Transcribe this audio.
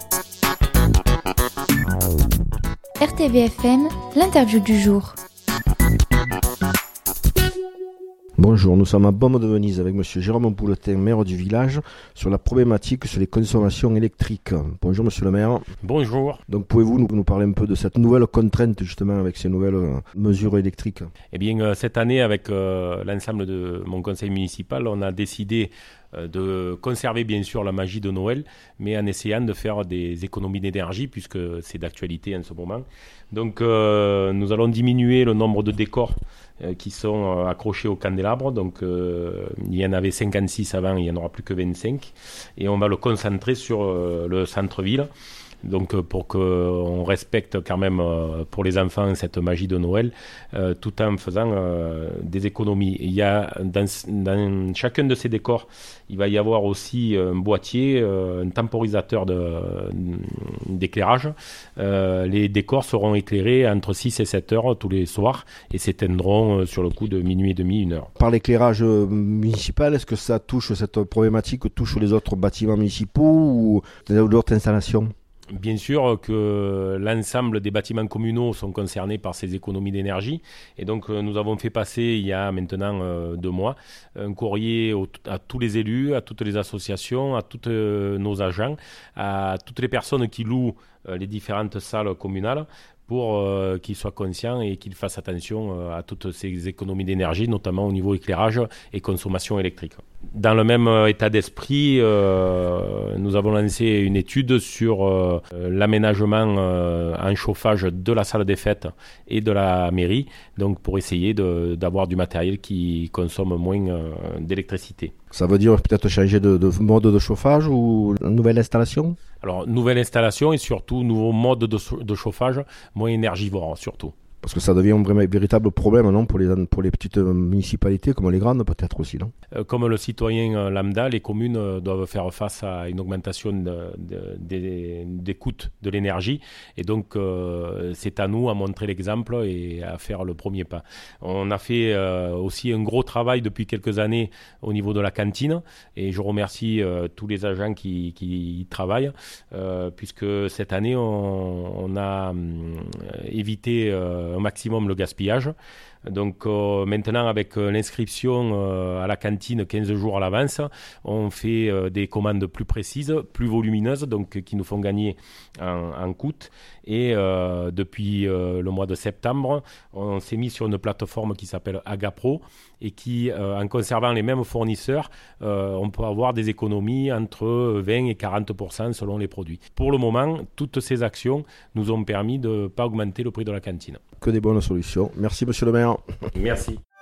RTVFM, l'interview du jour. Bonjour, nous sommes à Beaume de Venise avec monsieur Jérôme Bouletin, maire du village, sur la problématique sur les consommations électriques. Bonjour monsieur le maire. Bonjour. Donc pouvez-vous nous parler un peu de cette nouvelle contrainte justement avec ces nouvelles mesures électriques? Eh bien, cette année, avec l'ensemble de mon conseil municipal, on a décidé de conserver bien sûr la magie de Noël, mais en essayant de faire des économies d'énergie, puisque c'est d'actualité en ce moment. Donc nous allons diminuer le nombre de décors qui sont accrochés au candélabre. Donc il y en avait 56 avant, il n'y en aura plus que 25. Et on va le concentrer sur le centre-ville. Donc pour qu'on respecte quand même pour les enfants cette magie de Noël, tout en faisant des économies. Il y a dans chacun de ces décors, il va y avoir aussi un boîtier, un temporisateur d'éclairage. Les décors seront éclairés entre 6 et 7 heures tous les soirs et s'éteindront sur le coup de minuit et demi, 1 heure. Par l'éclairage municipal, est-ce que ça touche, cette problématique touche les autres bâtiments municipaux ou d'autres installations? Bien sûr que l'ensemble des bâtiments communaux sont concernés par ces économies d'énergie et donc nous avons fait passer il y a maintenant 2 mois un courrier à tous les élus, à toutes les associations, à tous nos agents, à toutes les personnes qui louent les différentes salles communales pour qu'ils soient conscients et qu'ils fassent attention à toutes ces économies d'énergie, notamment au niveau éclairage et consommation électrique. Dans le même état d'esprit, nous avons lancé une étude sur l'aménagement en chauffage de la salle des fêtes et de la mairie, donc pour essayer d'avoir du matériel qui consomme moins d'électricité. Ça veut dire peut-être changer de mode de chauffage ou une nouvelle installation? Alors, nouvelle installation et surtout nouveau mode de chauffage moins énergivore surtout. Parce que ça devient un véritable problème, non, pour les petites municipalités comme les grandes peut-être aussi, non? Comme le citoyen lambda, les communes doivent faire face à une augmentation des coûts de l'énergie. Et donc, c'est à nous à montrer l'exemple et à faire le premier pas. On a fait aussi un gros travail depuis quelques années au niveau de la cantine. Et je remercie tous les agents qui y travaillent, puisque cette année, on a évité au maximum le gaspillage. Donc maintenant avec l'inscription à la cantine 15 jours à l'avance, on fait des commandes plus précises, plus volumineuses, donc qui nous font gagner en coût. Et depuis le mois de septembre, on s'est mis sur une plateforme qui s'appelle Agapro et qui, en conservant les mêmes fournisseurs, on peut avoir des économies entre 20 et 40% selon les produits. Pour le moment, toutes ces actions nous ont permis de ne pas augmenter le prix de la cantine. Que des bonnes solutions. Merci monsieur le maire. Merci.